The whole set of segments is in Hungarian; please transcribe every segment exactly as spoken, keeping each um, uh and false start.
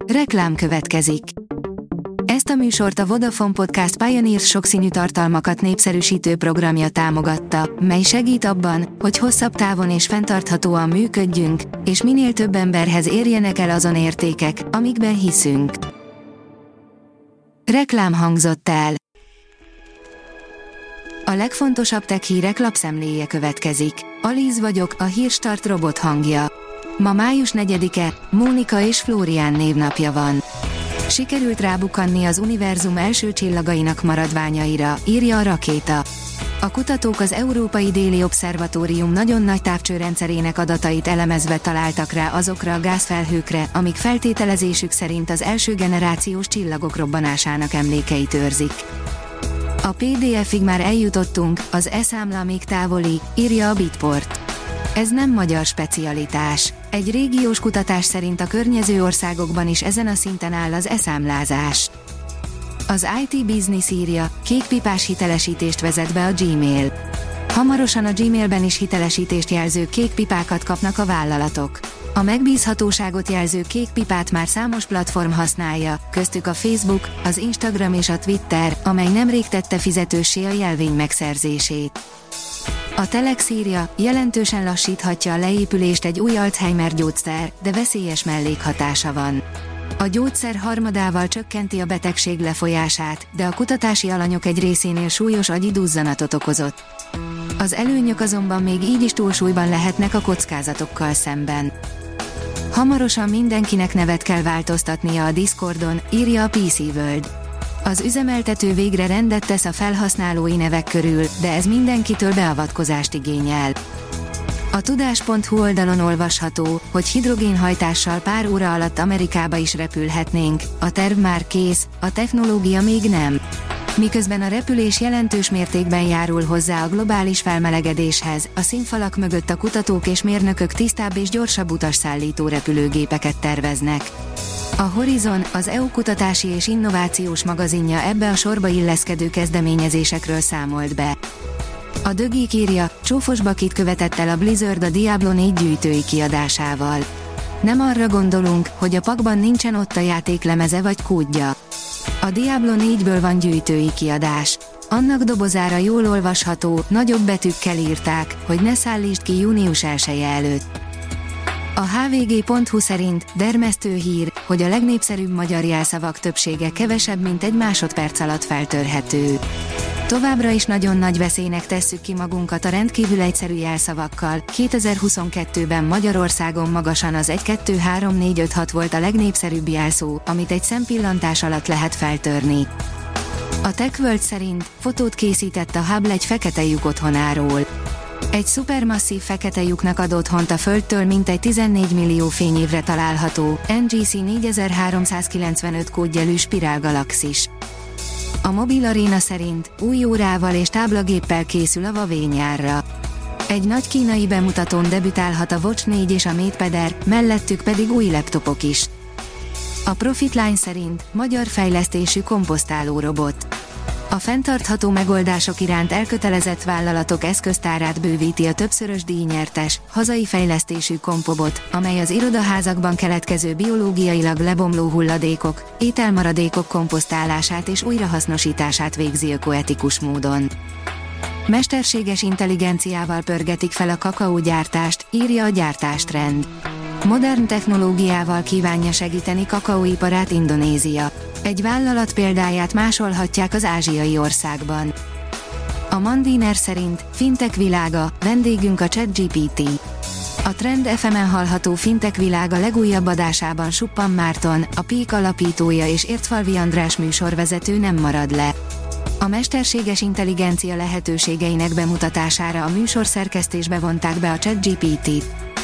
Reklám következik. Ezt a műsort a Vodafone Podcast Pioneers sokszínű tartalmakat népszerűsítő programja támogatta, mely segít abban, hogy hosszabb távon és fenntarthatóan működjünk, és minél több emberhez érjenek el azon értékek, amikben hiszünk. Reklám hangzott el. A legfontosabb tech hírek lapszemléje következik. Alíz vagyok, a Hírstart robot hangja. Ma május negyedike, Mónika és Flórián névnapja van. Sikerült rábukkanni az univerzum első csillagainak maradványaira, írja a Rakéta. A kutatók az Európai Déli Obszervatórium nagyon nagy távcsőrendszerének adatait elemezve találtak rá azokra a gázfelhőkre, amik feltételezésük szerint az első generációs csillagok robbanásának emlékeit őrzik. A pé dé ef-ig már eljutottunk, az e-számla még távoli, írja a Bitport. Ez nem magyar specialitás. Egy régiós kutatás szerint a környező országokban is ezen a szinten áll az e-számlázás. Az i té Business írja, kékpipás hitelesítést vezet be a Gmail. Hamarosan a Gmailben is hitelesítést jelző kék pipákat kapnak a vállalatok. A megbízhatóságot jelző kék pipát már számos platform használja, köztük a Facebook, az Instagram és a Twitter, amely nemrég tette fizetőssé a jelvény megszerzését. A Telex írja, jelentősen lassíthatja a leépülést egy új Alzheimer gyógyszer, de veszélyes mellékhatása van. A gyógyszer harmadával csökkenti a betegség lefolyását, de a kutatási alanyok egy részénél súlyos agyi duzzanatot okozott. Az előnyök azonban még így is túlsúlyban lehetnek a kockázatokkal szemben. Hamarosan mindenkinek nevet kell változtatnia a Discordon, írja a pé cé World. Az üzemeltető végre rendet tesz a felhasználói nevek körül, de ez mindenkitől beavatkozást igényel. A tudás pont hu oldalon olvasható, hogy hidrogénhajtással pár óra alatt Amerikába is repülhetnénk, a terv már kész, a technológia még nem. Miközben a repülés jelentős mértékben járul hozzá a globális felmelegedéshez, a színfalak mögött a kutatók és mérnökök tisztább és gyorsabb utasszállító repülőgépeket terveznek. A Horizon, az é u kutatási és innovációs magazinja ebbe a sorba illeszkedő kezdeményezésekről számolt be. A The Geek írja, csúfos bakit követett el a Blizzard a Diablo négy gyűjtői kiadásával. Nem arra gondolunk, hogy a pakban nincsen ott a játék lemeze vagy kódja. A Diablo négyből van gyűjtői kiadás. Annak dobozára jól olvasható, nagyobb betűkkel írták, hogy ne szállítsd ki június elseje előtt. A há vé gé pont hu szerint dermesztő hír, hogy a legnépszerűbb magyar jelszavak többsége kevesebb, mint egy másodperc alatt feltörhető. Továbbra is nagyon nagy veszélynek tesszük ki magunkat a rendkívül egyszerű jelszavakkal. kétezer-huszonkettőben Magyarországon magasan az egy kettő három négy öt hat volt a legnépszerűbb jelszó, amit egy szempillantás alatt lehet feltörni. A TechWorld szerint fotót készített a Hubble egy fekete lyuk otthonáról. Egy szupermasszív fekete lyuknak ad otthont a Földtől mintegy tizennégy millió fényévre található en gé cé négyezer-háromszázkilencvenöt kódjelű spirálgalaxis. A Mobil Arena szerint új órával és táblagéppel készül a Huawei nyárra. Egy nagy kínai bemutatón debütálhat a Watch négy és a MatePad Air, mellettük pedig új laptopok is. A Profitline szerint magyar fejlesztésű komposztáló robot. A fenntartható megoldások iránt elkötelezett vállalatok eszköztárát bővíti a többszörös díjnyertes, hazai fejlesztésű kompobot, amely az irodaházakban keletkező biológiailag lebomló hulladékok, ételmaradékok komposztálását és újrahasznosítását végzi ökoetikus módon. Mesterséges intelligenciával pörgetik fel a kakaógyártást, írja a Gyártástrend. Modern technológiával kívánja segíteni kakaóiparát Indonézia. Egy vállalat példáját másolhatják az ázsiai országban. A Mandiner szerint fintech világa, vendégünk a ChatGPT. A Trend ef emen hallható fintech világa legújabb adásában Suppan Márton, a Peak alapítója és Értfalvi András műsorvezető nem marad le. A mesterséges intelligencia lehetőségeinek bemutatására a műsorszerkesztésbe vonták be a ChatGPT-t.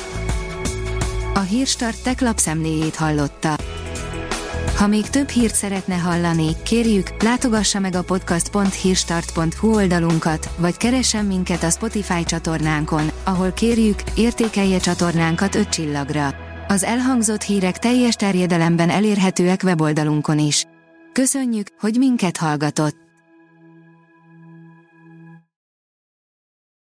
A Hírstart Tech lapszemléjét hallotta. Ha még több hírt szeretne hallani, kérjük, látogassa meg a podcast pont hírstart pont hu oldalunkat, vagy keressen minket a Spotify csatornánkon, ahol kérjük, értékelje csatornánkat öt csillagra. Az elhangzott hírek teljes terjedelemben elérhetőek weboldalunkon is. Köszönjük, hogy minket hallgatott!